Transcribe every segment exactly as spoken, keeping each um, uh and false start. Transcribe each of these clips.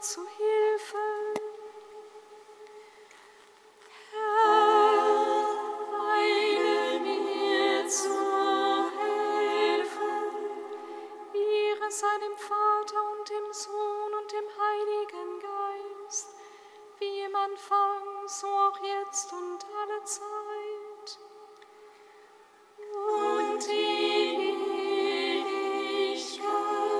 zu Hilfe. Herr, eile mir zur Hilfe. Ehre sei dem Vater und dem Sohn und dem Heiligen Geist, wie im Anfang, so auch jetzt und alle Zeit. Und in Ewigkeit.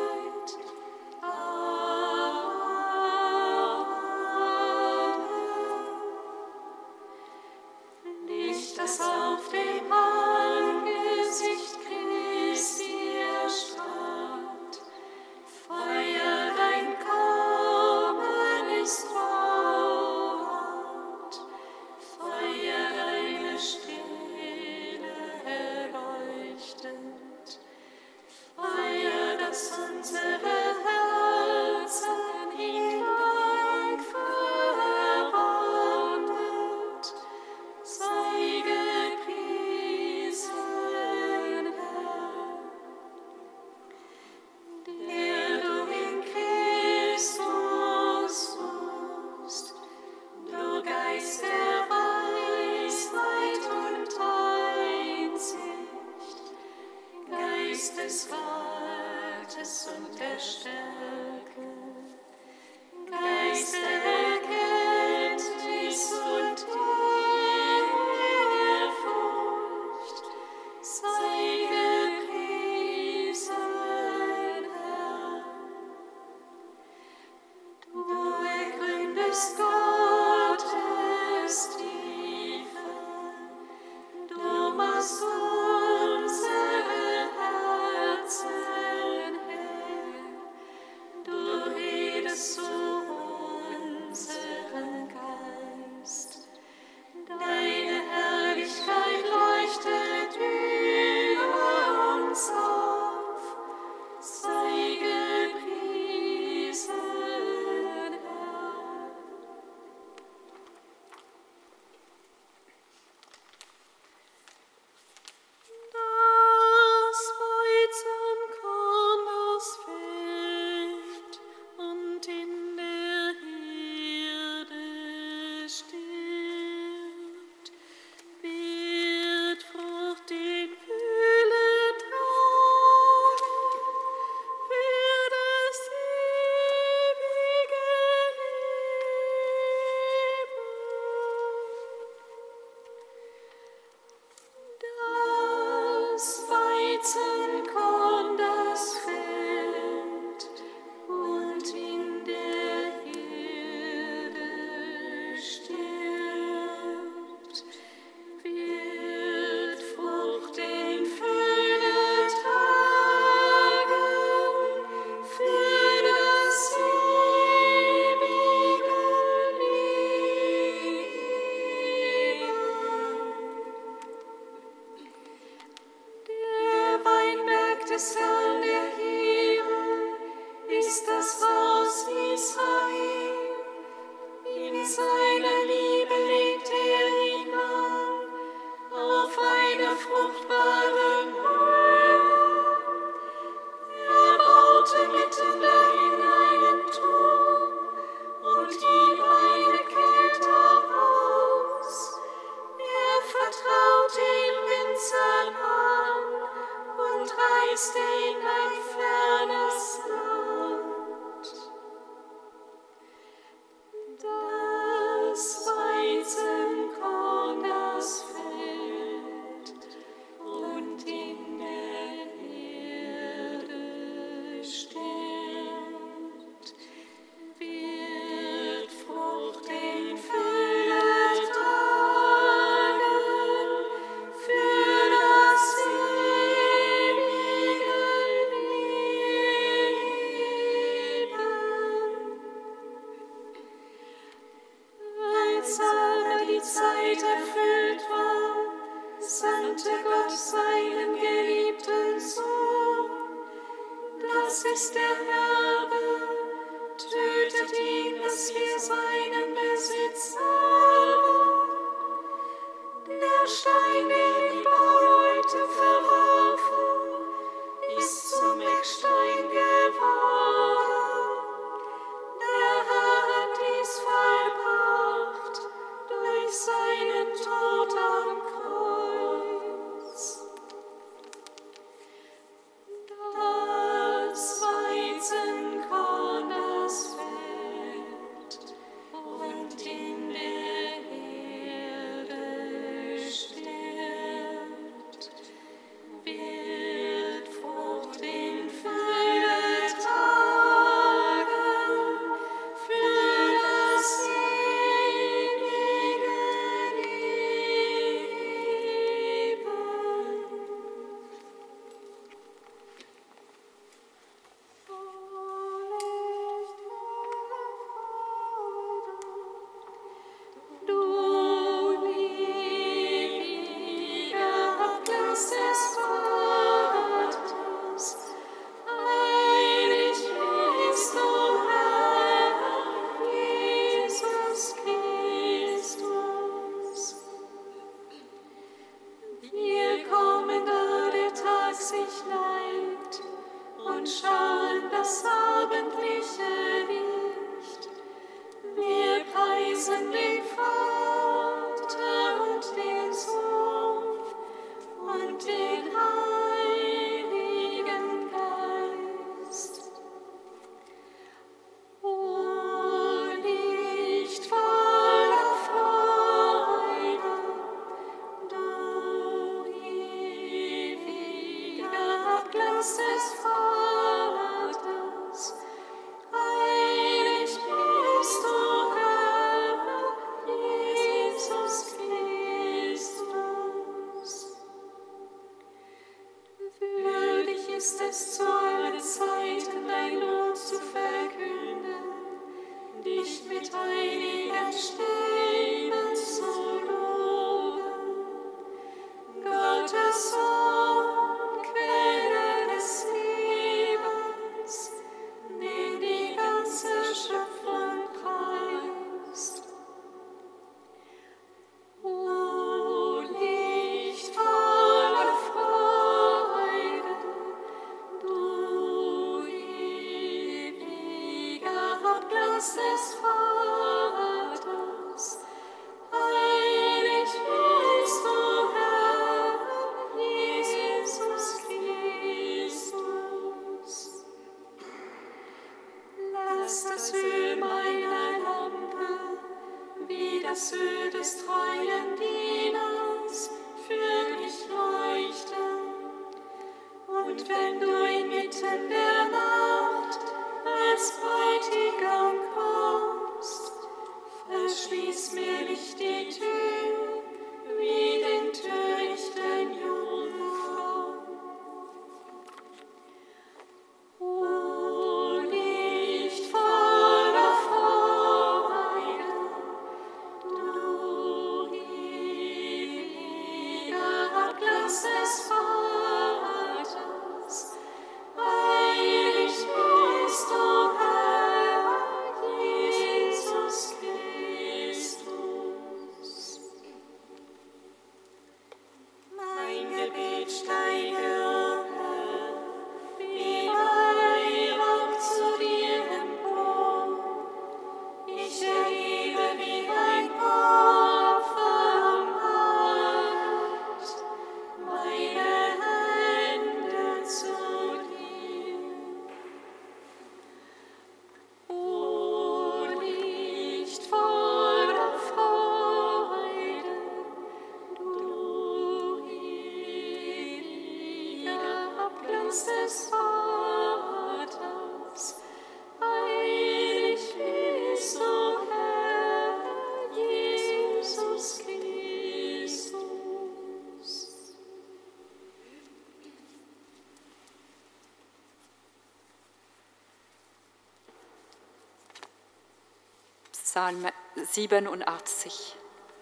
Amen. Licht, das auf dem Angesicht Christi erstrahlt, Feuer, dein Kommen ist wahrhaft, Feuer, deine Stille erleuchtet, Feuer, das unsere Herzen in Dank verwandelt, sei gepriesen, Herr, der du in Christus wohnst, du Geist der Weisheit und Einsicht, Geist des Rates und der Stärke, Geist der Erkenntnis und Ehrfurcht, sei gepriesen, Herr. Du ergründest Gottes Tiefe, du machst unsere Herzen hell, du redest zu unserem Geist. Deine Herrlichkeit leuchtet über uns auf, sei gepriesen, Herr. Das Weizenkorn, das fällt und in der Erde stirbt, wird Frucht in Fülle tragen für das ewige Leben. Das Weizenkorn, das fällt und in der Erde stirbt, wird Frucht in Fülle tragen für das ewige Leben. Der Weinberg des Herrn, der Heere, ist das Haus Israel. In seiner Liebe legt er hinein auf eine fruchtbare Höhe. Er baute mitten darin einen Turm und hieb eine Kette aus. Er vertraute den Winzern an und reiste in ein fernes Land. Das Weizenkorn, das fällt und in der Erde stirbt, wird Frucht in Fülle tragen für das ewige Leben. Als aber die Zeit erfüllt war, sandte Gott seinen geliebten Sohn. Das ist der Erbe, tötet ihn, dass wir seinen Besitz haben. Der Stein, den die Bauleute verwarfen, ist zum Eckstein geworden. Der Ablass des Vaters. Heilig bist du, Herr, Jesus Christus. Lass das Öl meiner Lampe wie das Öl des treuen Dieners für dich leuchten. Und wenn du inmitten der Nacht als Bräutigam kommst, verschließ mir nicht die Tür wie den törichten Jungfrauen. O Licht voller Freude, du ewiger Ablass des Vaters, heilig bist du, Herr Jesus Christus. Mein Gebet steige, o Herr, wie Weihrauch zu dir empor. Ich erhebe wie ein Opfer am Abend meine Hände zu dir. O Licht voller Freude, du ewiger Abglanz des Vaters, heilig bist du, Herr Jesus Christus. Psalm siebenundachtzig.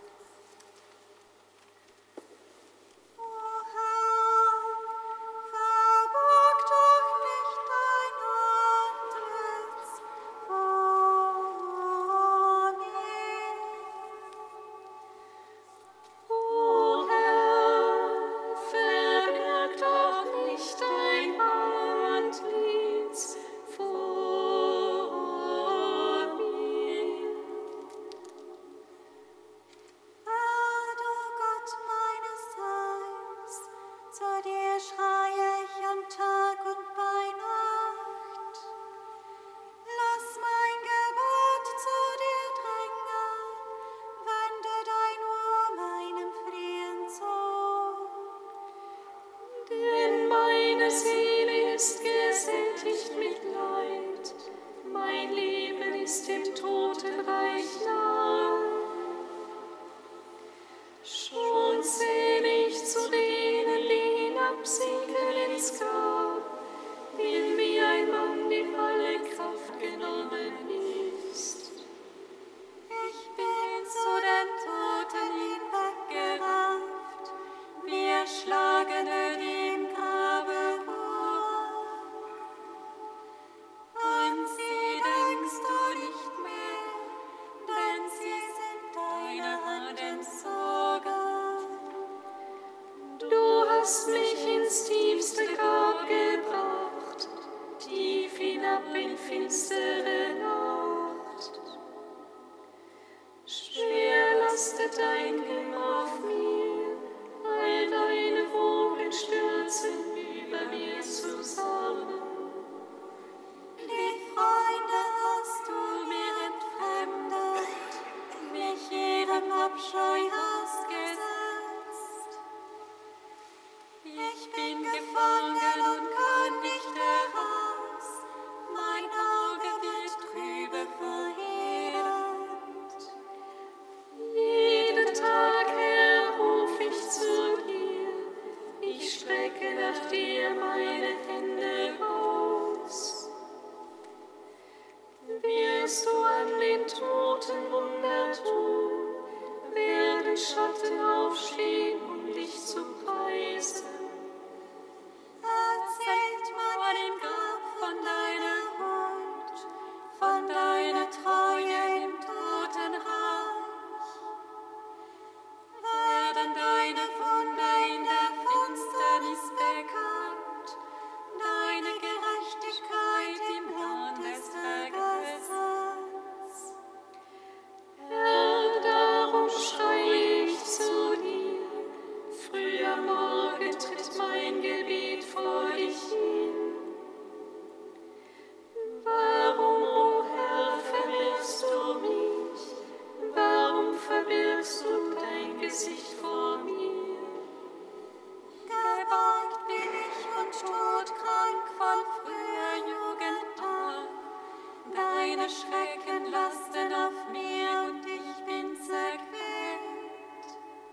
O Herr, verborg doch nicht dein Antlitz vor mir. O Herr, verbirg doch nicht dein Antlitz vor mir. Herr, du Gott meines Heils, zu dir schreie ich am Tag und bei Nacht. Lass mein Gebot zu dir drängen, wende dein Ohr meinem Flehen zu. Denn meine Seele ist gesättigt mit Leid, mein Leben ist dem Totenreich nahe. Schon zähle ich zu denen, die hinabsinken ins Grab, dem wie ein Mann dem alle Kraft genommen ist. Ich bin zu den Toten hinweggerafft, wie Erschlagene, die im Grabe ruhen. An sie denkst du nicht mehr, denn sie sind deiner Hand entzogen. Du hast mich ins tiefste Grab gebracht, tief hinab in finstere Nacht. Schwer lastet dein Grimm auf mir, all deine Wogen stürzen über mir zusammen. Die Freunde hast du mir entfremdet, mich ihrem Abscheu ausgesetzt. Ich bin gefangen und kann nicht heraus, mein Auge wird trübe vor Elend. Jeden Tag, Herr, ruf ich zu dir, ich strecke nach dir meine Hände aus. Wirst du an den Toten Wunder tun, werden Schatten aufstehen, um dich zu preisen. Erzählt man im Grab von deiner Huld, von deiner Treue im Totenreich. Werden deine Wunder in der Finsternis bekannt, deine Gerechtigkeit im Land des Vergessens. Deine Schrecken lasten auf mir und ich bin zerquält.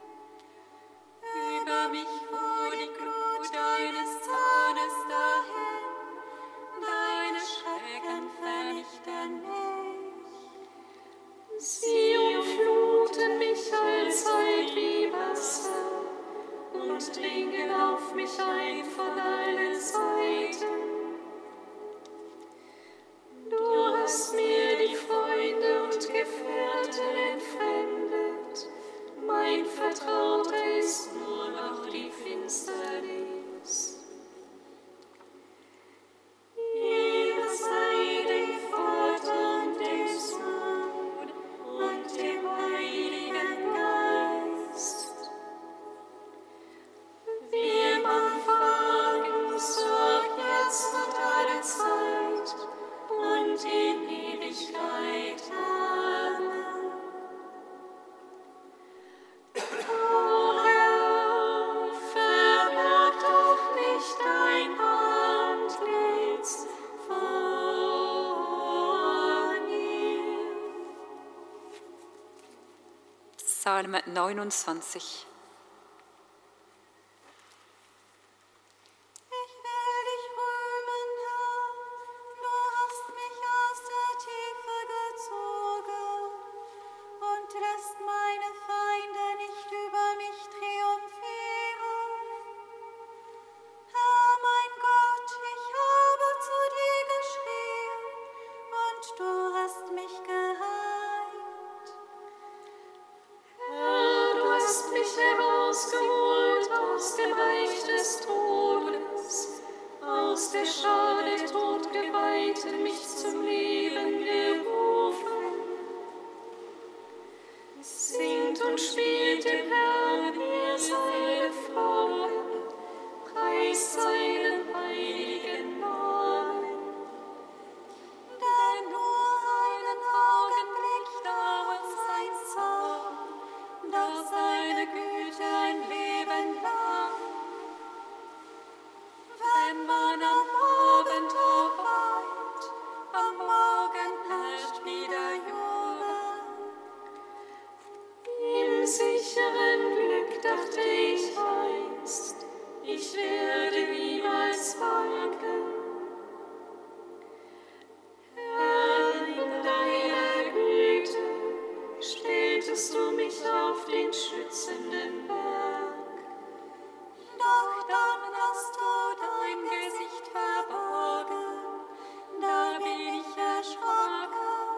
Über mich fuhr die Glut deines Zornes dahin, deine Schrecken vernichten mich. Sie umfluten mich allzeit wie Wasser und dringen auf mich ein von allen Seiten. Du hast mir die Freunde und Gefährten entfremdet. Mein Vertrauter ist nur noch die Finsternis. Ehre sei dem Vater und dem Sohn und dem Heiligen Geist, wie im Anfang, so auch jetzt und alle Zeit und in Ewigkeit. Amen. O Herr, verbirg doch nicht dein Antlitz vor mir. Psalm neunundzwanzig. Ich will dich rühmen, Herr, du hast mich aus der Tiefe gezogen und lässt meine Feinde nicht über mich triumphieren. Herr, mein Gott, ich habe zu dir geschrien und du hast mich geheilt. Herr, du hast mich herausgeholt aus dem Reich des Todes, aus der Schar der Todgeweihten mich zum Leben gerufen. Singt und spielt dem Herrn, ihr seine Frauen, preist seinen heiligen Namen. Denn nur einen Augenblick dauert sein Zorn, doch seine Güte ein Leben lang. Wenn man am Abend aufwacht, am Morgen herrscht wieder Jubel. Im sicheren Glück dachte ich einst, ich werde niemals wanken. Herr, in deiner Güte stelltest du mich auf den schützenden Berg. Doch dann hast du dein Gesicht verborgen, da bin ich erschrocken.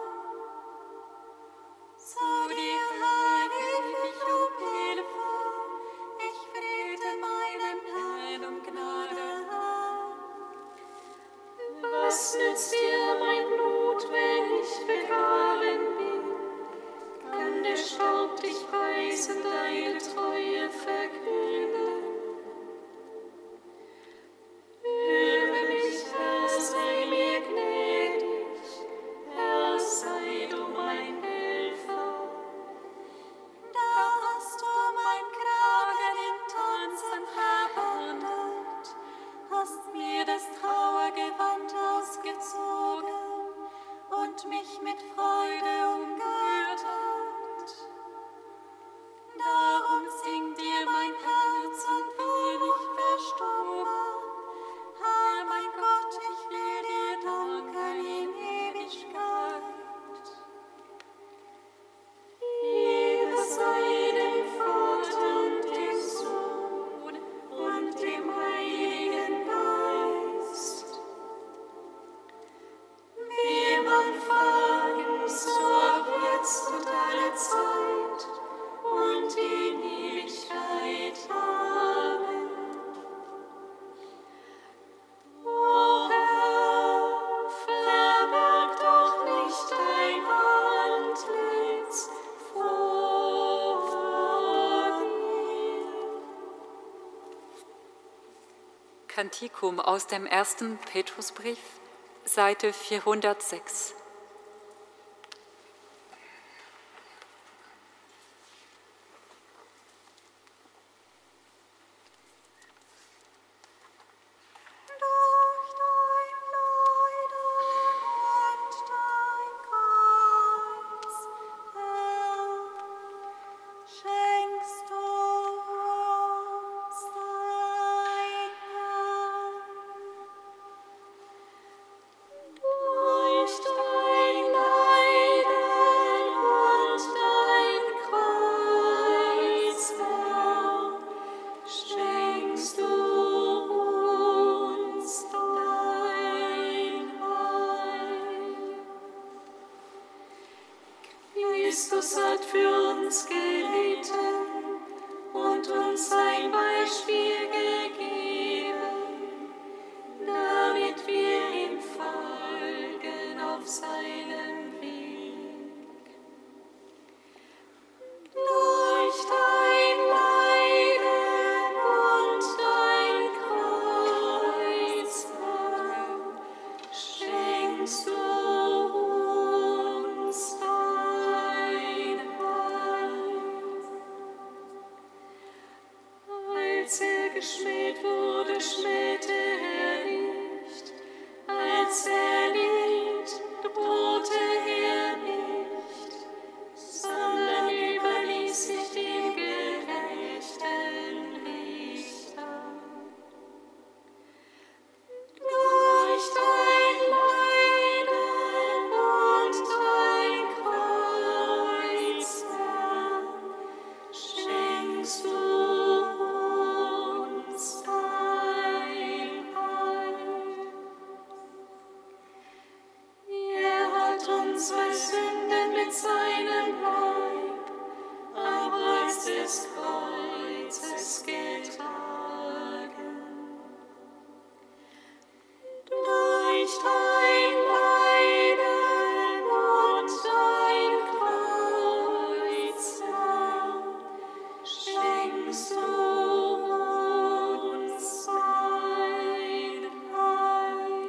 Zu dir, Herr, rief ich um Hilfe, ich flehte meinen Herrn um Gnade an. Was nützt dir mein Blut, wenn ich begraben bin? Kann der Staub dich preisen, deine Treue verkünden? Höre mich, Herr, sei mir gnädig, Herr, sei du mein Helfer. Da hast du mein Kragen im Tanzen verwandelt, hast mir das Trauergewand ausgezogen und mich mit Freude umgürtet. Darum singt dir mein Herz und will nicht verstummen. Herr, mein Gott, ich will dir danken in Ewigkeit. Ehre sei dem Vater und dem Sohn und dem Heiligen Geist, wie im Anfang, so auch jetzt und alle Zeit und in Ewigkeit. Amen. O Herr, verbirg doch nicht dein Antlitz vor mir. Kantikum aus dem ersten Petrusbrief, Seite vierhundertsechs. Durch dein Leiden und dein Christus hat für uns gelitten und uns sein Beispiel gegeben, damit wir ihm folgen auf seinem Weg. Durch dein Leiden und dein Kreuz, Herr, schenkst du uns dein Heil. Als er geschmäht wurde, schmähte er nicht. Als er litt, drohte er nicht, sondern überließ sich dem gerechten Richter. Durch dein Leiden und dein Kreuz, Herr, schenkst du uns dein Heil. Er hat unsere Sünden mit seinem Leib am Kreuz des Kreuzes getragen. Durch dein Leiden und dein Kreuz, Herr, schenkst du uns dein Heil.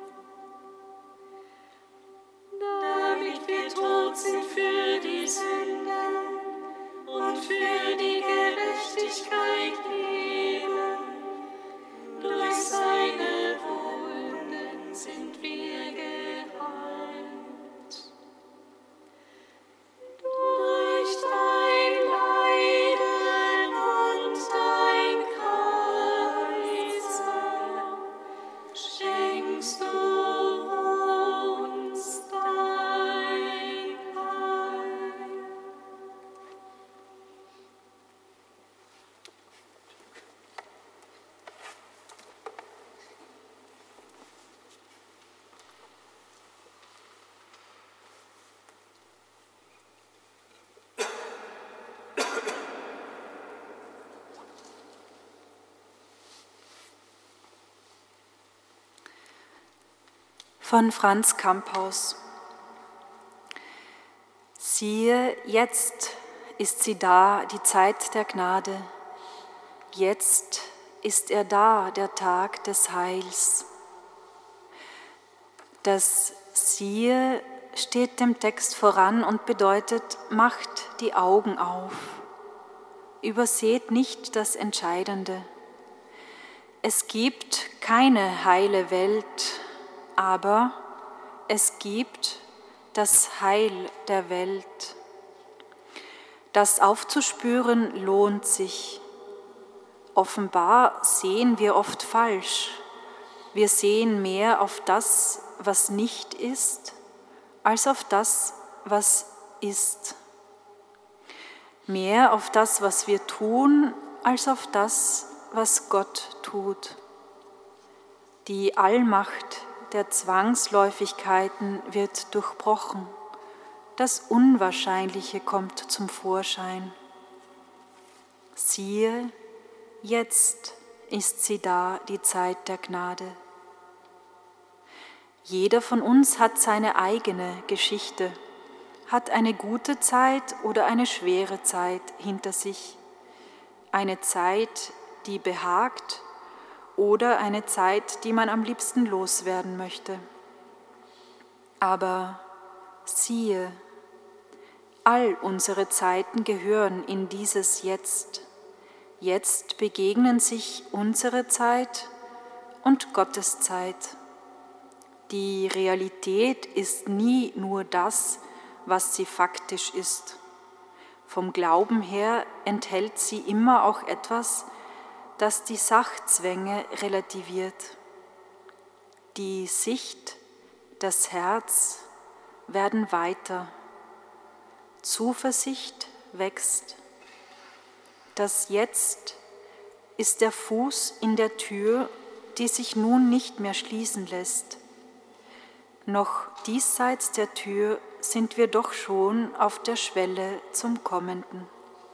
Damit wir tot sind für die Sünden und für die Gerechtigkeit leben, durch seine Wunden sind wir geheilt. Durch dein Leiden und dein Kreuz, Herr, schenkst du uns dein Heil. Von Franz Kamphaus. Siehe, jetzt ist sie da, die Zeit der Gnade. Jetzt ist er da, der Tag des Heils. Das Siehe steht dem Text voran und bedeutet, macht die Augen auf. Überseht nicht das Entscheidende. Es gibt keine heile Welt, aber es gibt das Heil der Welt. Das aufzuspüren lohnt sich. Offenbar sehen wir oft falsch. Wir sehen mehr auf das, was nicht ist, als auf das, was ist. Mehr auf das, was wir tun, als auf das, was Gott tut. Die Allmacht der Zwangsläufigkeiten wird durchbrochen. Das Unwahrscheinliche kommt zum Vorschein. Siehe, jetzt ist sie da, die Zeit der Gnade. Jeder von uns hat seine eigene Geschichte, hat eine gute Zeit oder eine schwere Zeit hinter sich. Eine Zeit, die behagt, oder eine Zeit, die man am liebsten loswerden möchte. Aber siehe, all unsere Zeiten gehören in dieses Jetzt. Jetzt begegnen sich unsere Zeit und Gottes Zeit. Die Realität ist nie nur das, was sie faktisch ist. Vom Glauben her enthält sie immer auch etwas, das die Sachzwänge relativiert. Die Sicht, das Herz werden weiter. Zuversicht wächst. Das Jetzt ist der Fuß in der Tür, die sich nun nicht mehr schließen lässt. Noch diesseits der Tür sind wir doch schon auf der Schwelle zum Kommenden.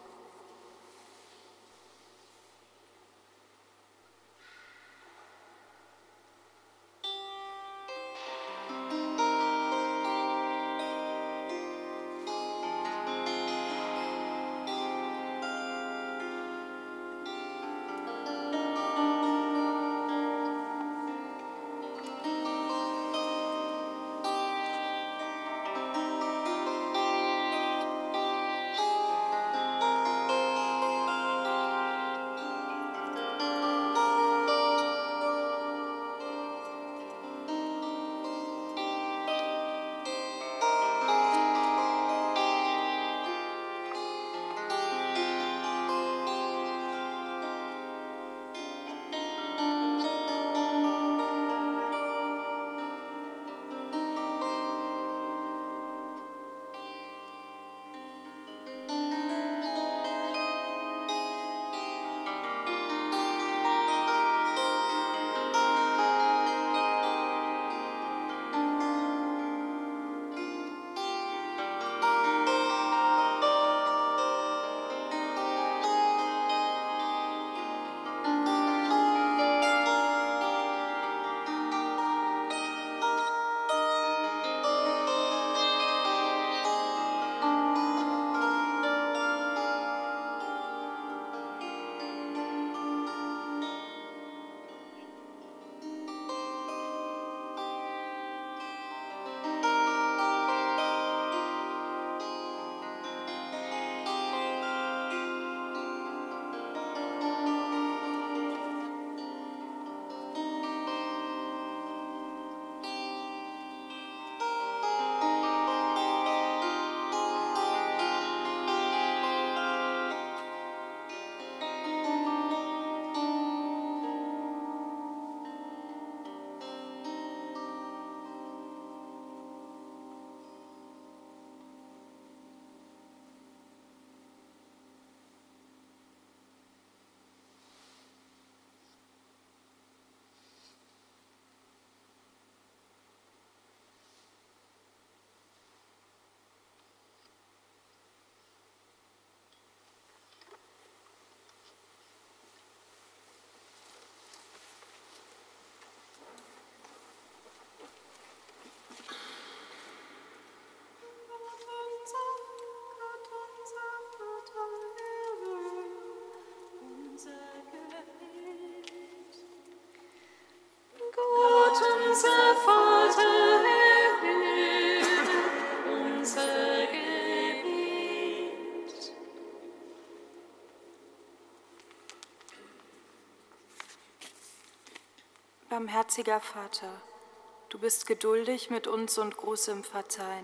Barmherziger Vater, du bist geduldig mit uns und groß im Verzeihen.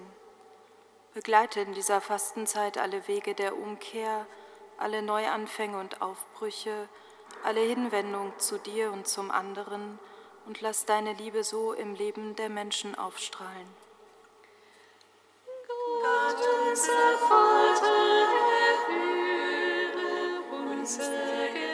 Begleite in dieser Fastenzeit alle Wege der Umkehr, alle Neuanfänge und Aufbrüche, alle Hinwendung zu dir und zum anderen und lass deine Liebe so im Leben der Menschen aufstrahlen. Gott, unser Vater, erhöre unser Gebet.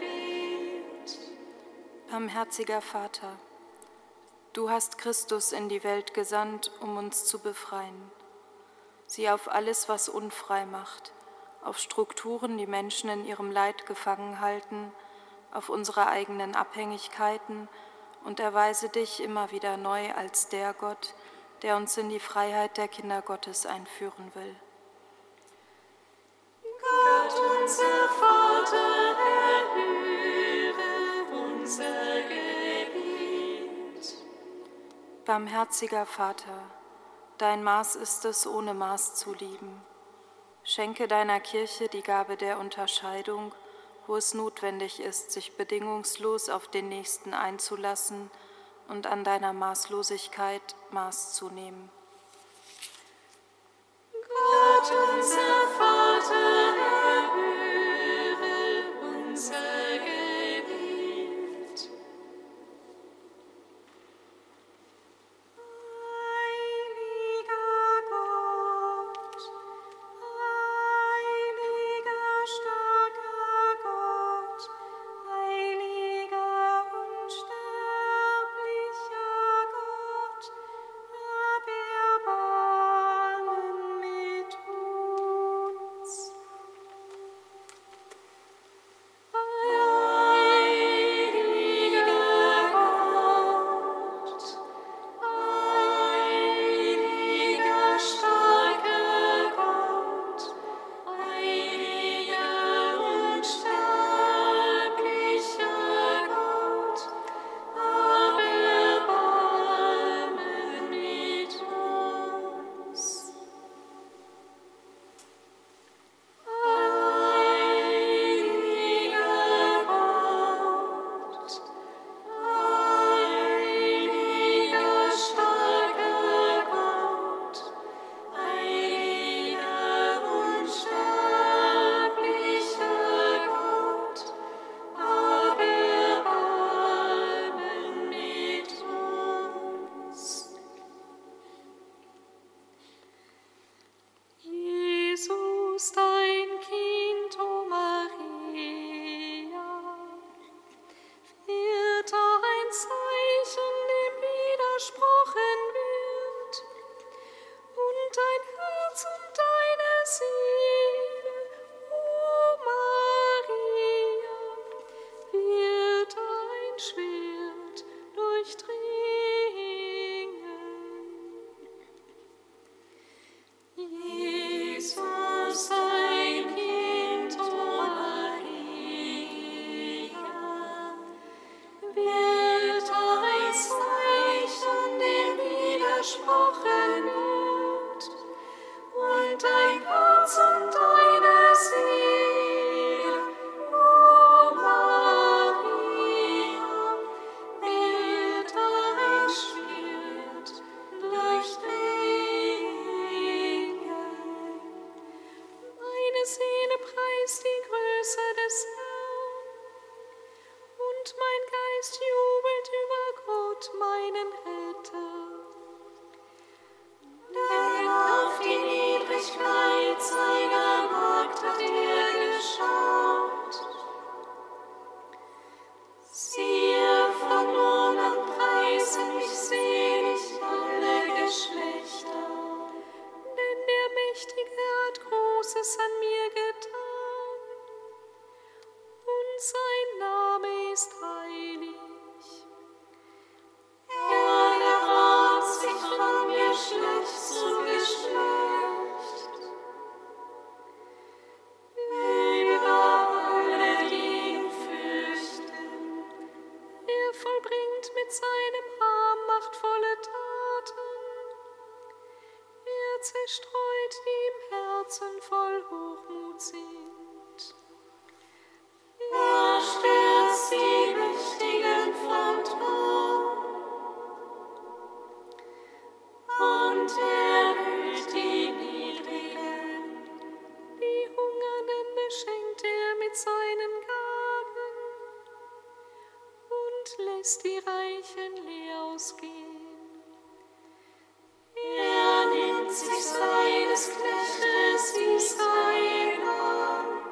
Barmherziger Vater, du hast Christus in die Welt gesandt, um uns zu befreien. Sieh auf alles, was unfrei macht, auf Strukturen, die Menschen in ihrem Leid gefangen halten, auf unsere eigenen Abhängigkeiten und erweise dich immer wieder neu als der Gott, der uns in die Freiheit der Kinder Gottes einführen will. Gott, unser Vater, erhöre unser Gebet. Barmherziger Vater, dein Maß ist es, ohne Maß zu lieben. Schenke deiner Kirche die Gabe der Unterscheidung, wo es notwendig ist, sich bedingungslos auf den Nächsten einzulassen und an deiner Maßlosigkeit Maß zu nehmen. Gott, unser Vater, erhöre unser Gebet. Heiliger Gott, heiliger, starker Gott, heiliger, unsterblicher Gott, Jesus, dein Kind, o Maria, wird da ein Zeichen, dem widersprochen wird, und dein Herz und deine Seele, o Maria, wird ein Schwert durchdringen. Jesus, dein Kind, o Maria, wird ein Zeichen, dem widersprochen wird, und dein Herz und deine Seele, o Maria, wird ein Schwert durchdringen. Meine Seele preist die Größe des Herrn, und mein Geist jubelt über Gott, meinen Retter. Denn auf die Niedrigkeit seiner Magd hat er geschaut. Siehe, von nun an preisen mich selig alle Geschlechter, denn der Mächtige hat Großes an mir getan, und sein Name ist heilig. Er erbarmt sich von Geschlecht zu Geschlecht. Über alle, die ihn fürchten, er vollbringt mit seinem Arm machtvolle Taten. Er zerstreut, die im Herzen voll Hochmut sind. Er stürzt die Mächtigen vom Thron, und er erhöht die Niedrigen. Die Hungernden beschenkt er mit seinen Gaben und lässt die Reichen leer ausgehen. Er nimmt sich seines Knechtes Israel an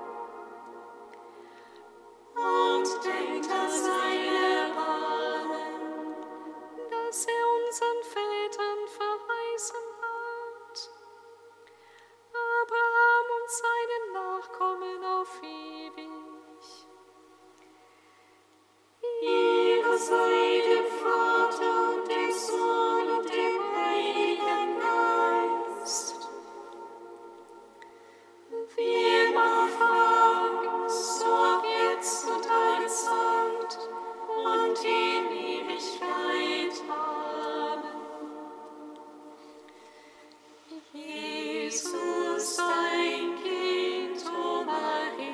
und denkt an seine Erbarmen, dass er unseren Vätern verheißen hat, Abraham und seinen Nachkommen auf ewig. Ehre sei dem Vater und dem Sohn und dem Heiligen Geist, wie im Anfang, so auch jetzt und alle Zeit und in Ewigkeit. Amen. Jesus, dein Kind, o Maria,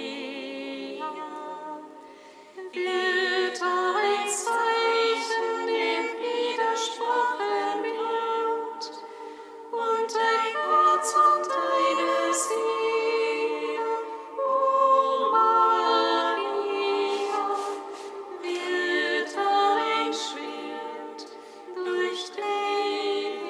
wird ein Zeichen, dem widersprochen wird, und dein Herz und deine Seele, o Maria, wird ein Schwert durchdringen.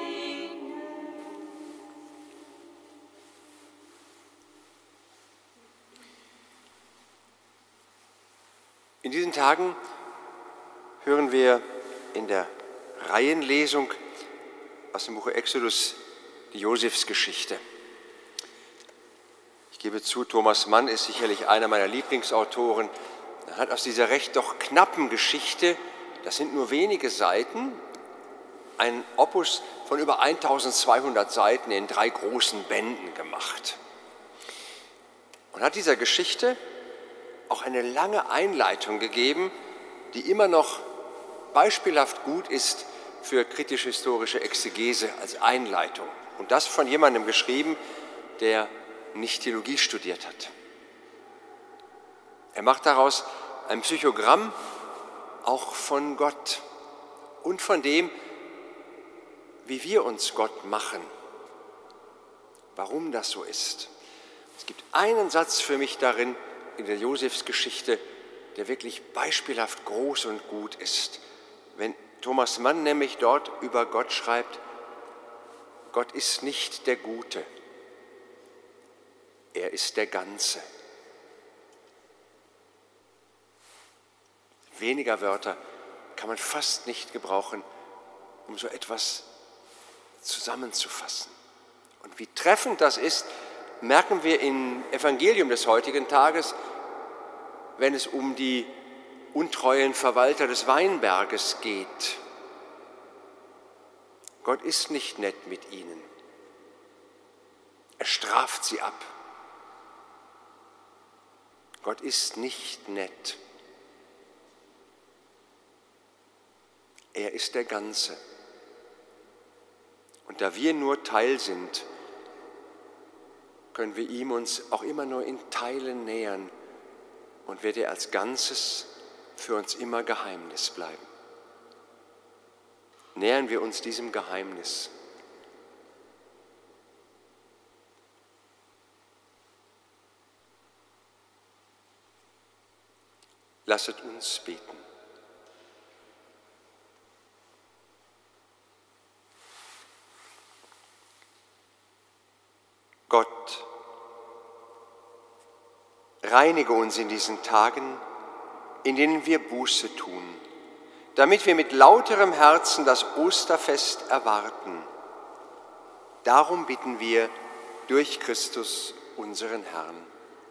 In diesen Tagen hören wir in der Reihenlesung aus dem Buch Exodus die Josefsgeschichte. Ich gebe zu, Thomas Mann ist sicherlich einer meiner Lieblingsautoren. Er hat aus dieser recht doch knappen Geschichte, das sind nur wenige Seiten, ein Opus von über eintausendzweihundert Seiten in drei großen Bänden gemacht. Und hat dieser Geschichte auch eine lange Einleitung gegeben, die immer noch beispielhaft gut ist für kritisch-historische Exegese als Einleitung. Und das von jemandem geschrieben, der nicht Theologie studiert hat. Er macht daraus ein Psychogramm auch von Gott und von dem, wie wir uns Gott machen, warum das so ist. Es gibt einen Satz für mich darin, in der Josefsgeschichte, der wirklich beispielhaft groß und gut ist. Wenn Thomas Mann nämlich dort über Gott schreibt, Gott ist nicht der Gute, Er ist der Ganze. Weniger Wörter kann man fast nicht gebrauchen, um so etwas zusammenzufassen. Und wie treffend das ist, merken wir im Evangelium des heutigen Tages, wenn es um die untreuen Verwalter des Weinberges geht. Gott ist nicht nett mit ihnen. Er straft sie ab. Gott ist nicht nett. Er ist der Ganze. Und da wir nur Teil sind, können wir ihm uns auch immer nur in Teilen nähern und wird er als Ganzes für uns immer Geheimnis bleiben. Nähern wir uns diesem Geheimnis. Lasset uns beten. Gott, reinige uns in diesen Tagen, in denen wir Buße tun, damit wir mit lauterem Herzen das Osterfest erwarten. Darum bitten wir durch Christus, unseren Herrn.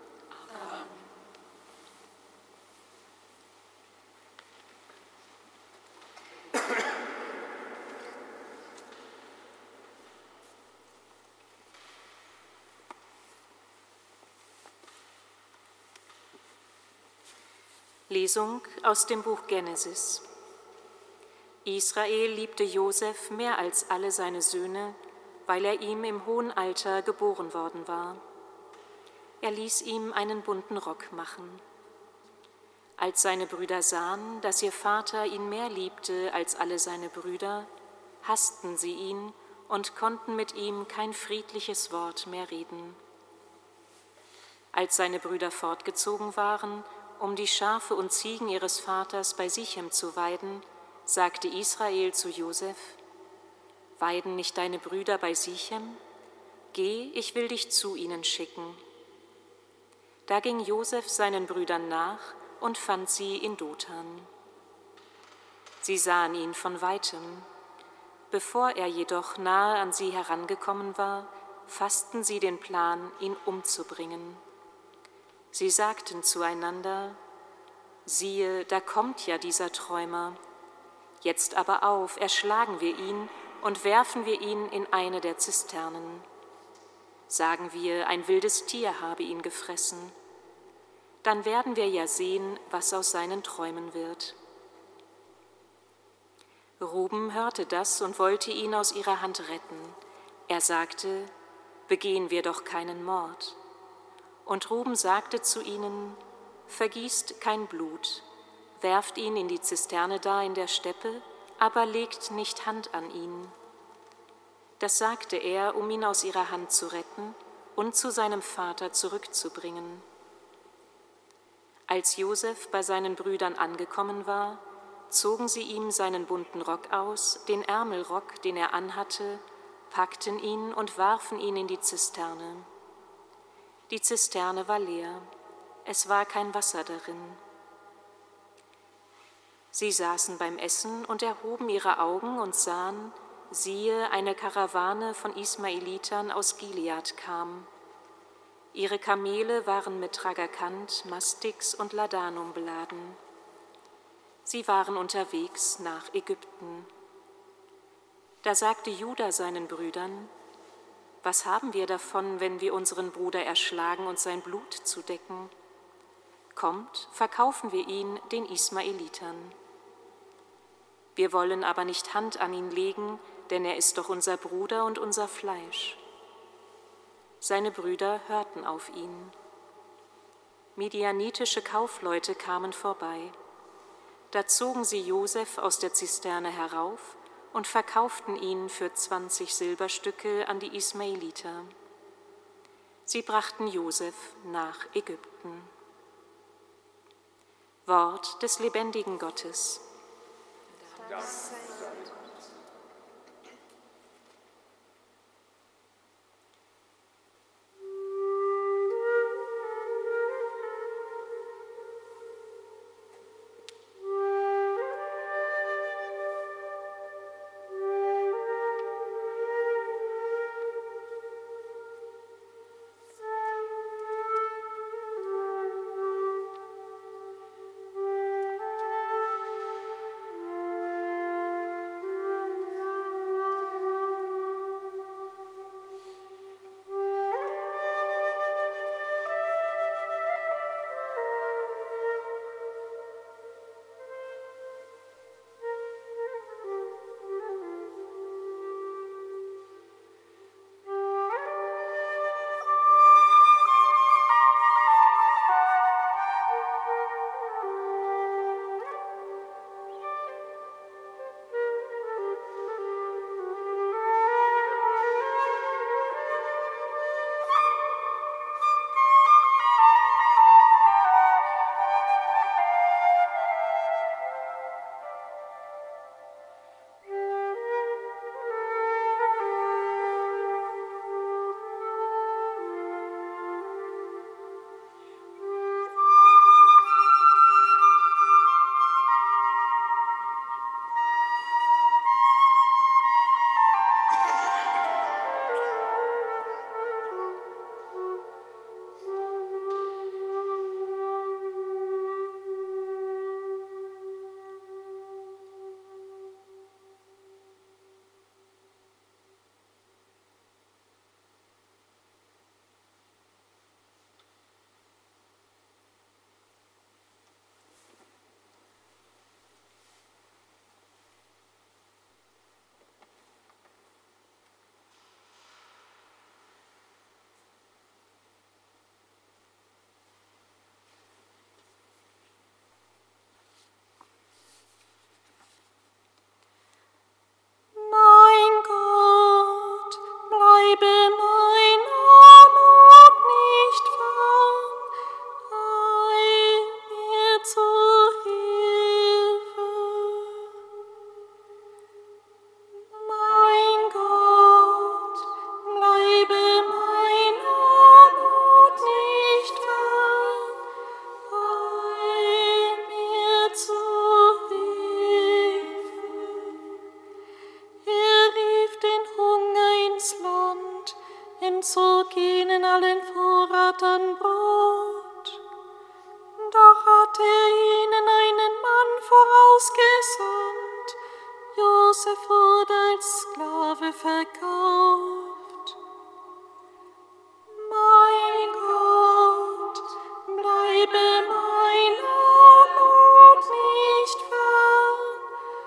Lesung aus dem Buch Genesis. Israel liebte Josef mehr als alle seine Söhne, weil er ihm im hohen Alter geboren worden war. Er ließ ihm einen bunten Rock machen. Als seine Brüder sahen, dass ihr Vater ihn mehr liebte als alle seine Brüder, hassten sie ihn und konnten mit ihm kein friedliches Wort mehr reden. Als seine Brüder fortgezogen waren, um die Schafe und Ziegen ihres Vaters bei Sichem zu weiden, sagte Israel zu Josef: Weiden nicht deine Brüder bei Sichem? Geh, ich will dich zu ihnen schicken. Da ging Josef seinen Brüdern nach und fand sie in Dothan. Sie sahen ihn von weitem. Bevor er jedoch nahe an sie herangekommen war, fassten sie den Plan, ihn umzubringen. Sie sagten zueinander: Siehe, da kommt ja dieser Träumer. Jetzt aber auf, erschlagen wir ihn und werfen wir ihn in eine der Zisternen. Sagen wir, ein wildes Tier habe ihn gefressen. Dann werden wir ja sehen, was aus seinen Träumen wird. Ruben hörte das und wollte ihn aus ihrer Hand retten. Er sagte: Begehen wir doch keinen Mord. Und Ruben sagte zu ihnen: Vergießt kein Blut, werft ihn in die Zisterne da in der Steppe, aber legt nicht Hand an ihn. Das sagte er, um ihn aus ihrer Hand zu retten und zu seinem Vater zurückzubringen. Als Josef bei seinen Brüdern angekommen war, zogen sie ihm seinen bunten Rock aus, den Ärmelrock, den er anhatte, packten ihn und warfen ihn in die Zisterne. Die Zisterne war leer, es war kein Wasser darin. Sie saßen beim Essen und erhoben ihre Augen und sahen, siehe, eine Karawane von Ismaelitern aus Gilead kam. Ihre Kamele waren mit Tragakant, Mastix und Ladanum beladen. Sie waren unterwegs nach Ägypten. Da sagte Juda seinen Brüdern: Was haben wir davon, wenn wir unseren Bruder erschlagen und sein Blut zudecken? Kommt, verkaufen wir ihn den Ismaelitern. Wir wollen aber nicht Hand an ihn legen, denn er ist doch unser Bruder und unser Fleisch. Seine Brüder hörten auf ihn. Midianitische Kaufleute kamen vorbei. Da zogen sie Josef aus der Zisterne herauf und verkauften ihn für zwanzig Silberstücke an die Ismaeliter. Sie brachten Josef nach Ägypten. Wort des lebendigen Gottes. Dank. bleibe meiner Not nicht fern, eil mir zu Hilfe. Mein Gott, bleibe meiner Not nicht fern, eil mir zu Hilfe. Er rief den Hunger ins Land, entzog ihnen allen Vorrat an Brot. Doch hat er ihnen einen Mann vorausgesandt, Josef wurde als Sklave verkauft. Mein Gott, bleibe meiner Not nicht fern,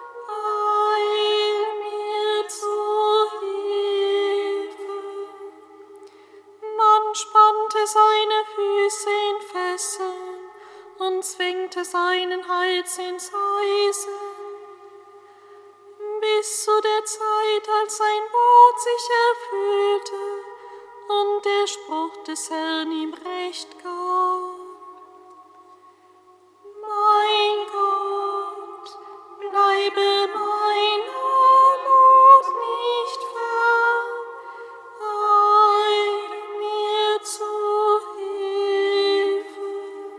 eil mir zu Hilfe. Man spannte seine Füße in Fesseln und zwängte seinen Hals ins Eisen, bis zu der Zeit, als sein Wort sich erfüllte und der Spruch des Herrn ihm Recht gab. Mein Gott, bleibe meiner Not nicht fern, eil mir zu Hilfe.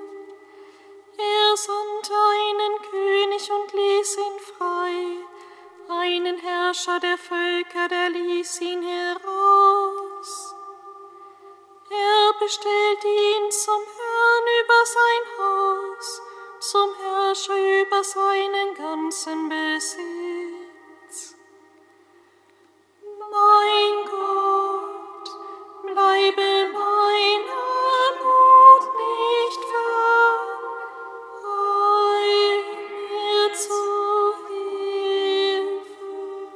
Er sandte einen König und ließ ihn frei, einen Herrscher der Völker, der ließ ihn heraus. Er bestellte ihn zum Herrn über sein Haus, zum Herrscher über seinen ganzen Besitz. Mein Gott, bleibe meiner Not nicht fern, eil mir zu Hilfe.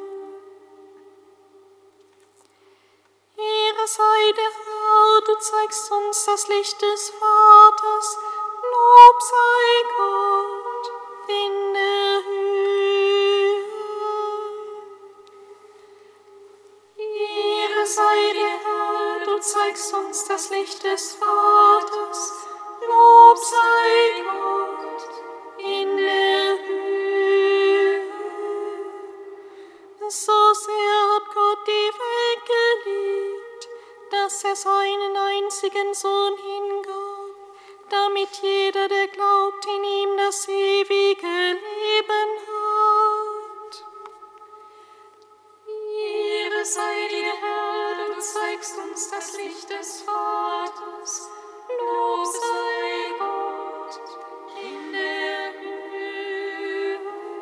Ehre sei der Herr, du zeigst uns das Licht des Vaters, Lob sei Gott in der Höhe. Ehre sei der Herr, du zeigst uns das Licht des Vaters, Lob sei Gott in der Höhe. So sehr hat Gott die Welt geliebt, dass er seinen einzigen Sohn hingab, damit jeder, der glaubt, in ihm das ewige Leben hat. Ehre sei dir, Herr, du zeigst uns das Licht des Vaters. Lob sei Gott in der Höhe.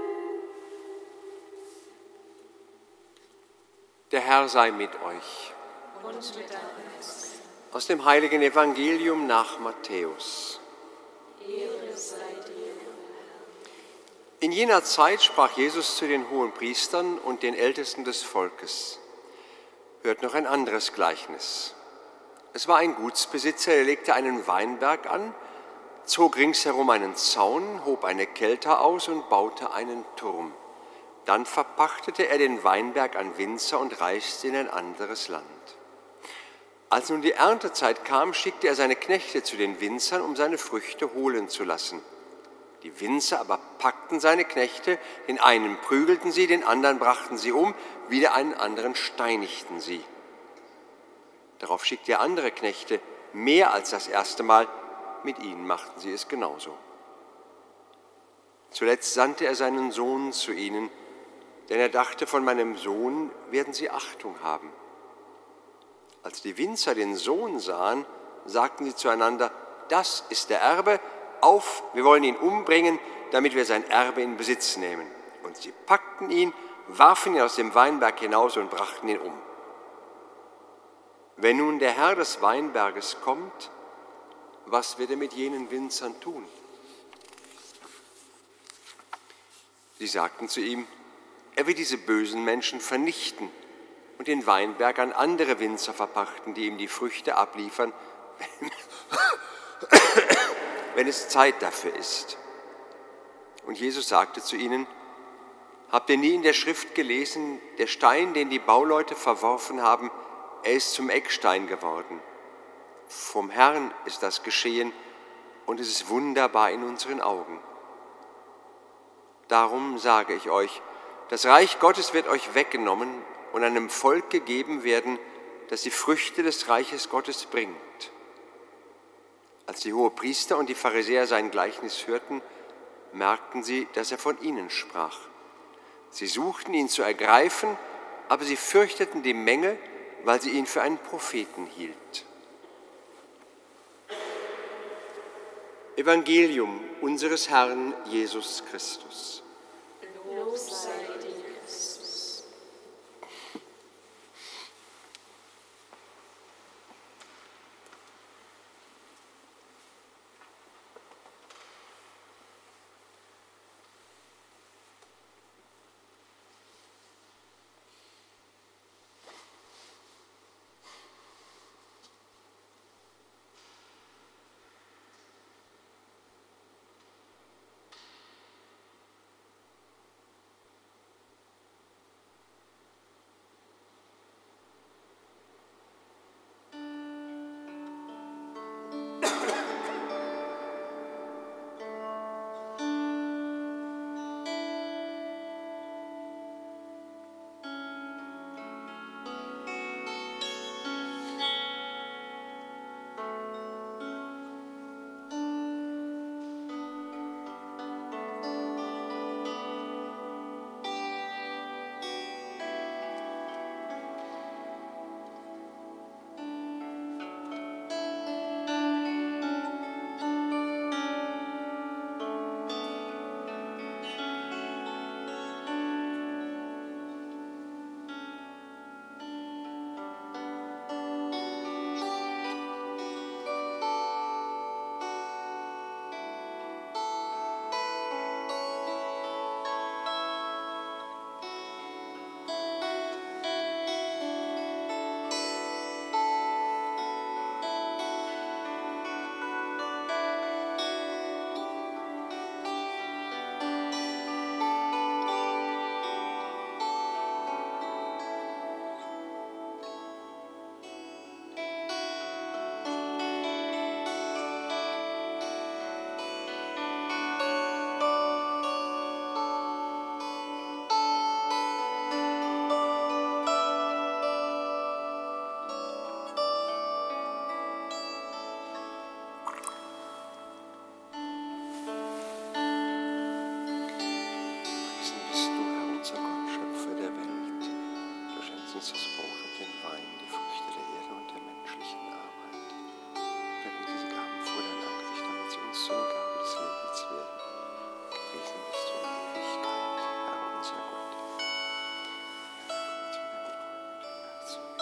Der Herr sei mit euch. Und mit deinem Geist. Aus dem heiligen Evangelium nach Matthäus. Ehre sei dir. In jener Zeit sprach Jesus zu den Hohenpriestern und den Ältesten des Volkes: Hört noch ein anderes Gleichnis. Es war ein Gutsbesitzer, der legte einen Weinberg an, zog ringsherum einen Zaun, hob eine Kelter aus und baute einen Turm. Dann verpachtete er den Weinberg an Winzer und reiste in ein anderes Land. Als nun die Erntezeit kam, schickte er seine Knechte zu den Winzern, um seine Früchte holen zu lassen. Die Winzer aber packten seine Knechte, den einen prügelten sie, den anderen brachten sie um, wieder einen anderen steinigten sie. Darauf schickte er andere Knechte, mehr als das erste Mal, mit ihnen machten sie es genauso. Zuletzt sandte er seinen Sohn zu ihnen, denn er dachte, von meinem Sohn werden sie Achtung haben. Als die Winzer den Sohn sahen, sagten sie zueinander: Das ist der Erbe, auf, wir wollen ihn umbringen, damit wir sein Erbe in Besitz nehmen. Und sie packten ihn, warfen ihn aus dem Weinberg hinaus und brachten ihn um. Wenn nun der Herr des Weinberges kommt, was wird er mit jenen Winzern tun? Sie sagten zu ihm: Er wird diese bösen Menschen vernichten und den Weinberg an andere Winzer verpachten, die ihm die Früchte abliefern, wenn, wenn es Zeit dafür ist. Und Jesus sagte zu ihnen: Habt ihr nie in der Schrift gelesen, der Stein, den die Bauleute verworfen haben, er ist zum Eckstein geworden. Vom Herrn ist das geschehen und es ist wunderbar in unseren Augen. Darum sage ich euch, das Reich Gottes wird euch weggenommen und einem Volk gegeben werden, das die Früchte des Reiches Gottes bringt. Als die Hohepriester und die Pharisäer sein Gleichnis hörten, merkten sie, dass er von ihnen sprach. Sie suchten ihn zu ergreifen, aber sie fürchteten die Menge, weil sie ihn für einen Propheten hielt. Evangelium unseres Herrn Jesus Christus. Lob sei dir, Christus. uns das Brot und den Wein, die Früchte der Erde und der menschlichen Arbeit. Wirken diese Gaben vor dein Angesicht, damit sie uns zu den Gaben des Lebens werden. Gepriesen bist du in Ewigkeit, Herr unser Gott. Zu den Träumen der Herzen und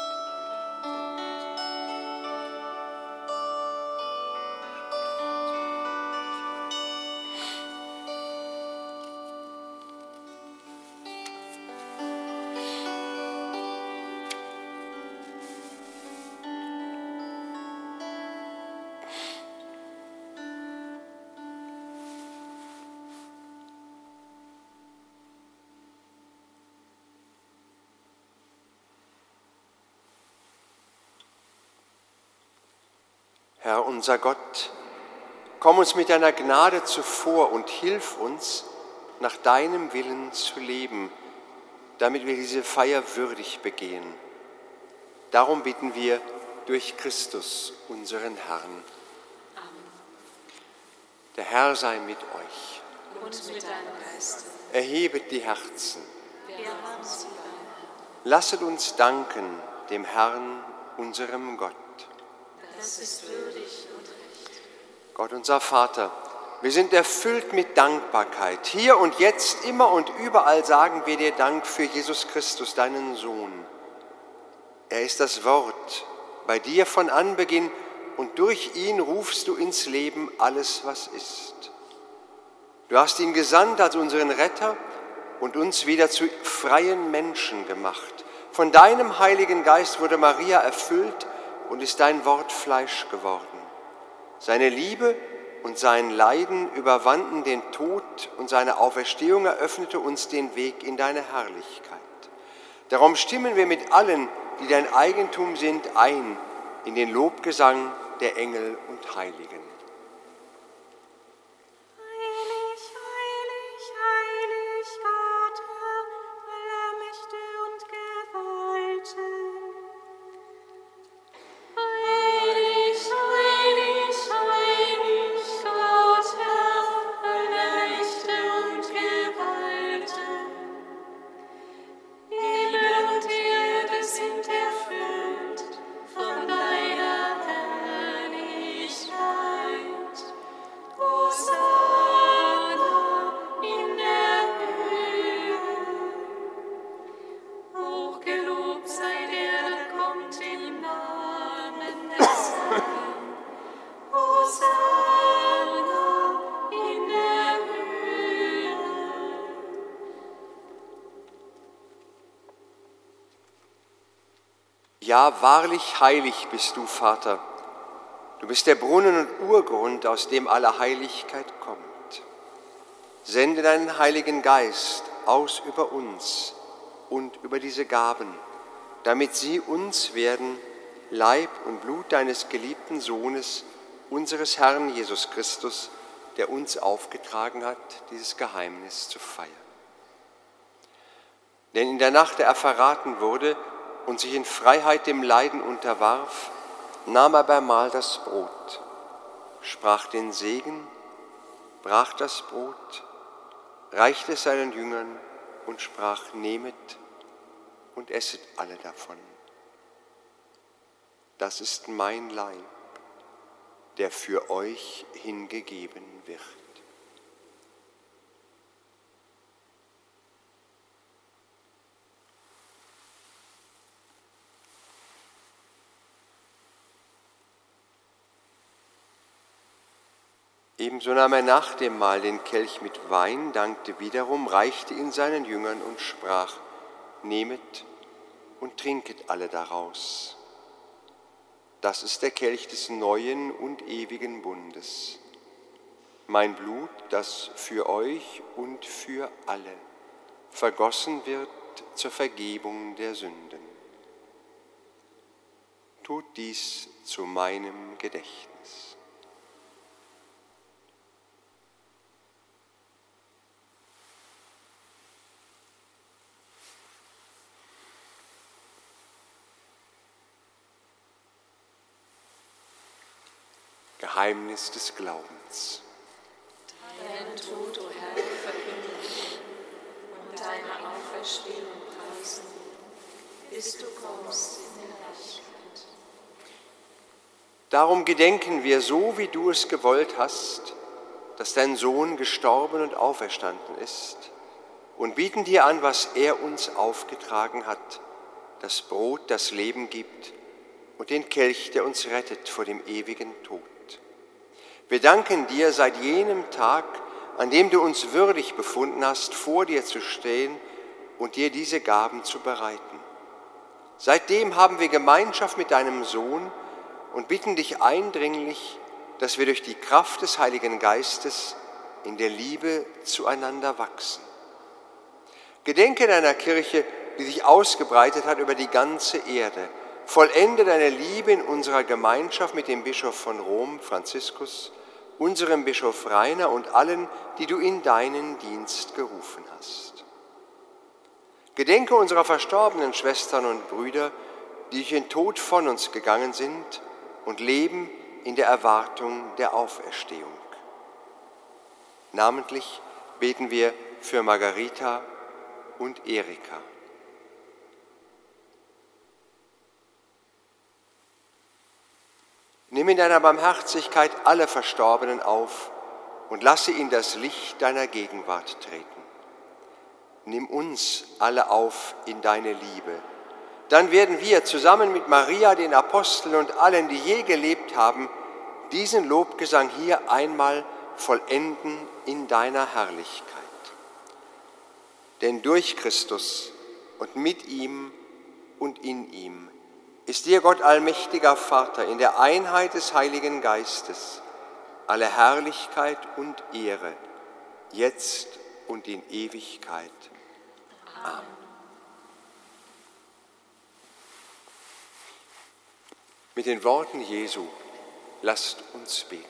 Herr unser Gott, komm uns mit deiner Gnade zuvor und hilf uns, nach deinem Willen zu leben, damit wir diese Feier würdig begehen. Darum bitten wir durch Christus, unseren Herrn. Amen. Der Herr sei mit euch. Und mit deinem Geiste. Erhebet die Herzen. Wir haben sie bei. Lasset uns danken dem Herrn, unserem Gott. Das ist würdig und recht. Gott unser Vater, wir sind erfüllt mit Dankbarkeit. Hier und jetzt, immer und überall sagen wir dir Dank für Jesus Christus, deinen Sohn. Er ist das Wort, bei dir von Anbeginn, und durch ihn rufst du ins Leben alles, was ist. Du hast ihn gesandt als unseren Retter und uns wieder zu freien Menschen gemacht. Von deinem Heiligen Geist wurde Maria erfüllt und ist dein Wort Fleisch geworden. Seine Liebe und sein Leiden überwanden den Tod und seine Auferstehung eröffnete uns den Weg in deine Herrlichkeit. Darum stimmen wir mit allen, die dein Eigentum sind, ein in den Lobgesang der Engel und Heiligen. Heilig, heilig, heilig, Gott, Herr aller Mächte und Gewalten. Heilig, heilig, heilig, Gott, Herr aller Mächte und Gewalten. Himmel und Erde sind erfüllt von deiner Herrlichkeit. Hosanna in der Höhe. Hochgelobt sei der, der kommt im Namen des Herrn. Hosanna in der Höhe. Ja, wahrlich heilig bist du, Vater. Du bist der Brunnen und Urgrund, aus dem alle Heiligkeit kommt. Sende deinen Heiligen Geist aus über uns und über diese Gaben, damit sie uns werden, Leib und Blut deines geliebten Sohnes, unseres Herrn Jesus Christus, der uns aufgetragen hat, dieses Geheimnis zu feiern. Denn in der Nacht, da er verraten wurde und sich in Freiheit dem Leiden unterwarf, nahm er beim Mahl das Brot, sprach den Segen, brach das Brot, reichte es seinen Jüngern und sprach: Nehmet und esset alle davon. Das ist mein Leib, der für euch hingegeben wird. Ebenso nahm er nach dem Mahl den Kelch mit Wein, dankte wiederum, reichte ihn seinen Jüngern und sprach: Nehmet und trinket alle daraus. Das ist der Kelch des neuen und ewigen Bundes. Mein Blut, das für euch und für alle vergossen wird zur Vergebung der Sünden. Tut dies zu meinem Gedächtnis. Geheimnis des Glaubens. Deinen Tod, o Herr, verkünden und deine Auferstehung preisen, bis du kommst in der Herrlichkeit. Darum gedenken wir, so wie du es gewollt hast, dass dein Sohn gestorben und auferstanden ist, und bieten dir an, was er uns aufgetragen hat, das Brot, das Leben gibt, und den Kelch, der uns rettet vor dem ewigen Tod. Wir danken dir seit jenem Tag, an dem du uns würdig befunden hast, vor dir zu stehen und dir diese Gaben zu bereiten. Seitdem haben wir Gemeinschaft mit deinem Sohn und bitten dich eindringlich, dass wir durch die Kraft des Heiligen Geistes in der Liebe zueinander wachsen. Gedenke deiner Kirche, die sich ausgebreitet hat über die ganze Erde. Vollende deine Liebe in unserer Gemeinschaft mit dem Bischof von Rom, Franziskus, unserem Bischof Rainer und allen, die du in deinen Dienst gerufen hast. Gedenke unserer verstorbenen Schwestern und Brüder, die durch den Tod von uns gegangen sind und leben in der Erwartung der Auferstehung. Namentlich beten wir für Margarita und Erika. Nimm in deiner Barmherzigkeit alle Verstorbenen auf und lasse in das Licht deiner Gegenwart treten. Nimm uns alle auf in deine Liebe. Dann werden wir zusammen mit Maria, den Aposteln und allen, die je gelebt haben, diesen Lobgesang hier einmal vollenden in deiner Herrlichkeit. Denn durch Christus und mit ihm und in ihm ist dir, Gott allmächtiger Vater, in der Einheit des Heiligen Geistes alle Herrlichkeit und Ehre, jetzt und in Ewigkeit. Amen. Mit den Worten Jesu, lasst uns beten.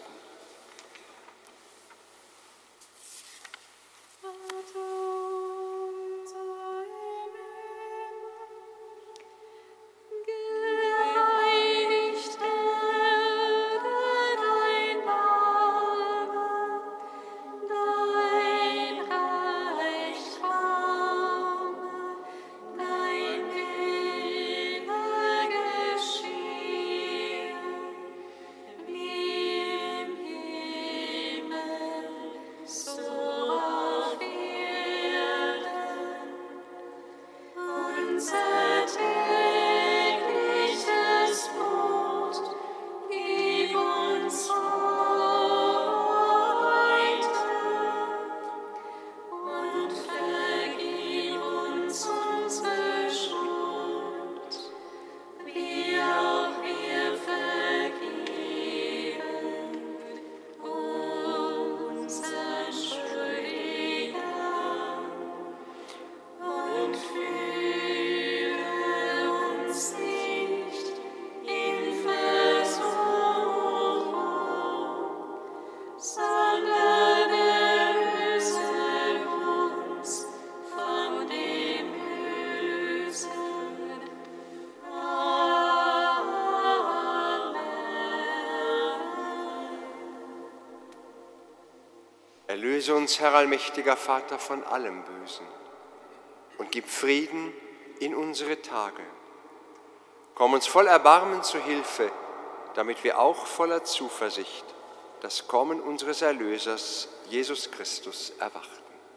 Erlöse uns, Herr allmächtiger Vater, von allem Bösen und gib Frieden in unsere Tage. Komm uns voll Erbarmen zu Hilfe, damit wir auch voller Zuversicht das Kommen unseres Erlösers, Jesus Christus, erwarten.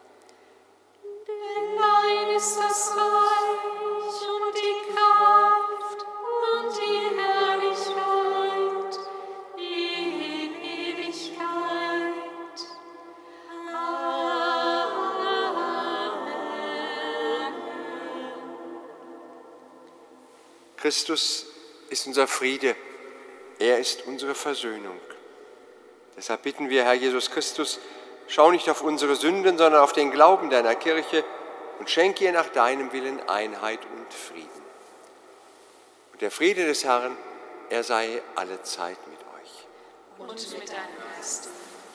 Denn dein ist das Reich und die Kraft und die Herrlichkeit in Ewigkeit. Christus ist unser Friede, er ist unsere Versöhnung. Deshalb bitten wir, Herr Jesus Christus, schau nicht auf unsere Sünden, sondern auf den Glauben deiner Kirche und schenke ihr nach deinem Willen Einheit und Frieden. Und der Friede des Herrn, er sei alle Zeit mit euch. Und mit deinem Geist.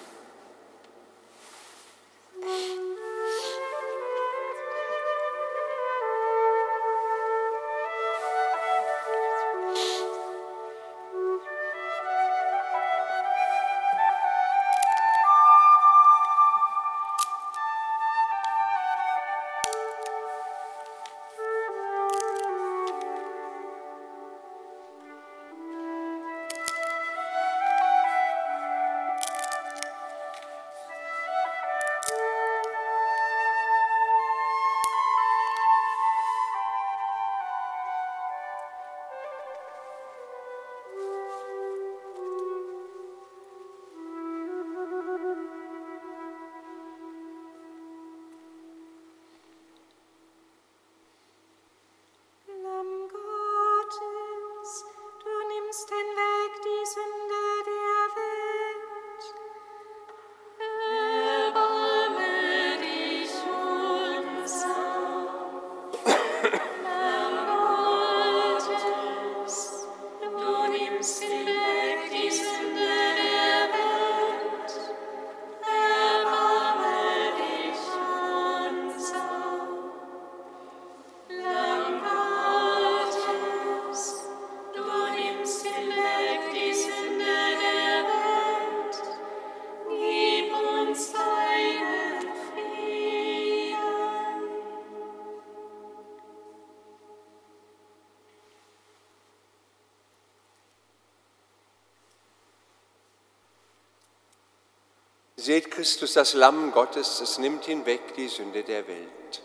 Seht Christus, das Lamm Gottes, es nimmt hinweg die Sünde der Welt.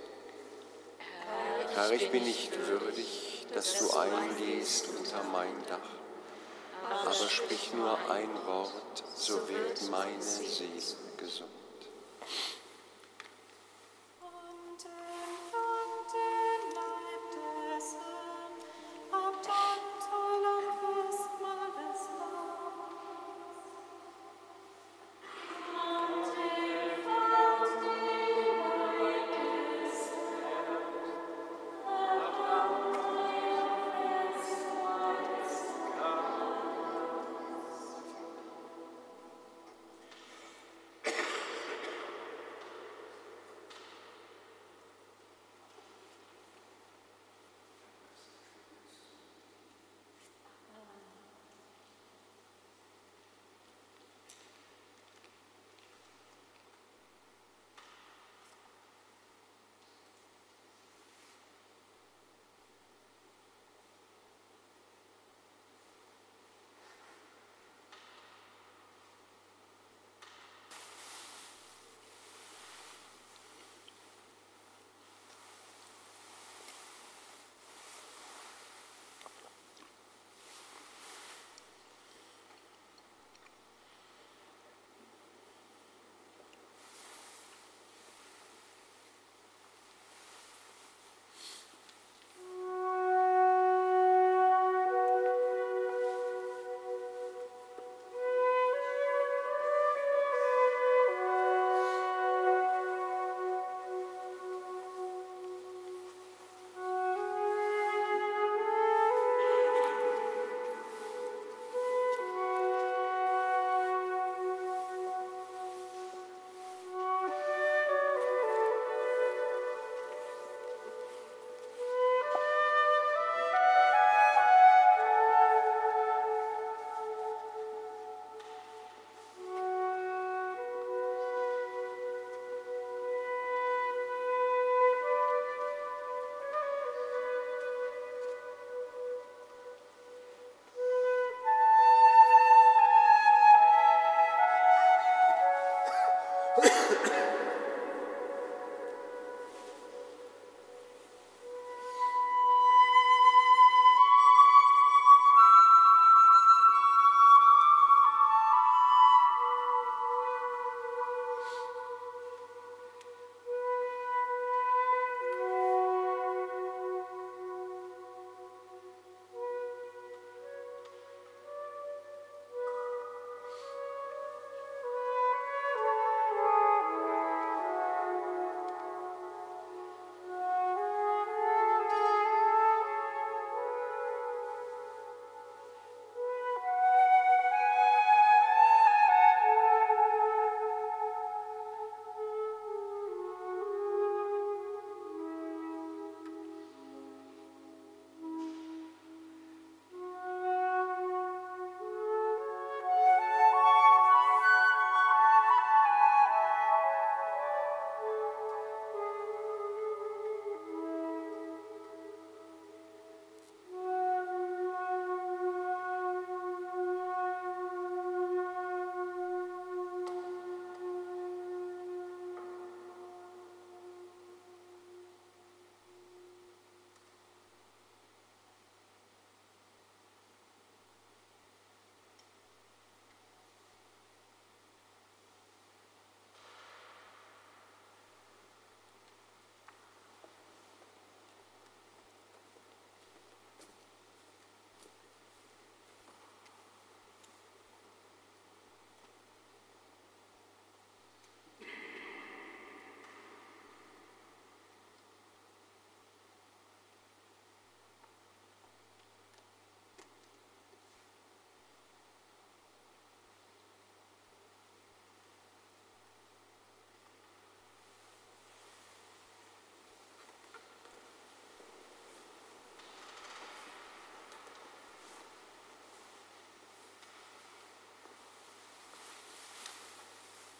Herr, ich bin nicht würdig, dass du eingehst unter mein Dach, aber sprich nur ein Wort, so wird meine Seele gesund.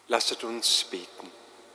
Lasset uns beten.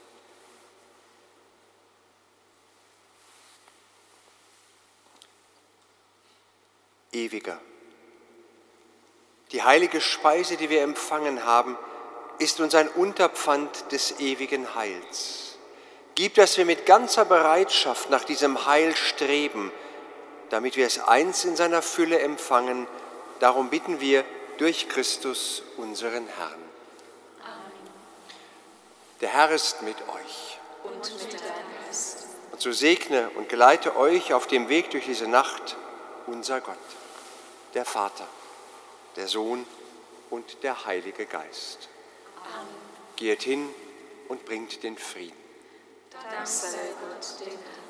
Ewiger, die heilige Speise, die wir empfangen haben, ist uns ein Unterpfand des ewigen Heils. Gib, dass wir mit ganzer Bereitschaft nach diesem Heil streben, damit wir es einst in seiner Fülle empfangen. Darum bitten wir durch Christus, unseren Herrn. Amen. Der Herr ist mit euch. Und mit deinem Geist. Und so segne und geleite euch auf dem Weg durch diese Nacht unser Gott, der Vater, der Sohn und der Heilige Geist. Amen. Geht hin und bringt den Frieden. Dank sei Gott, dem Herrn.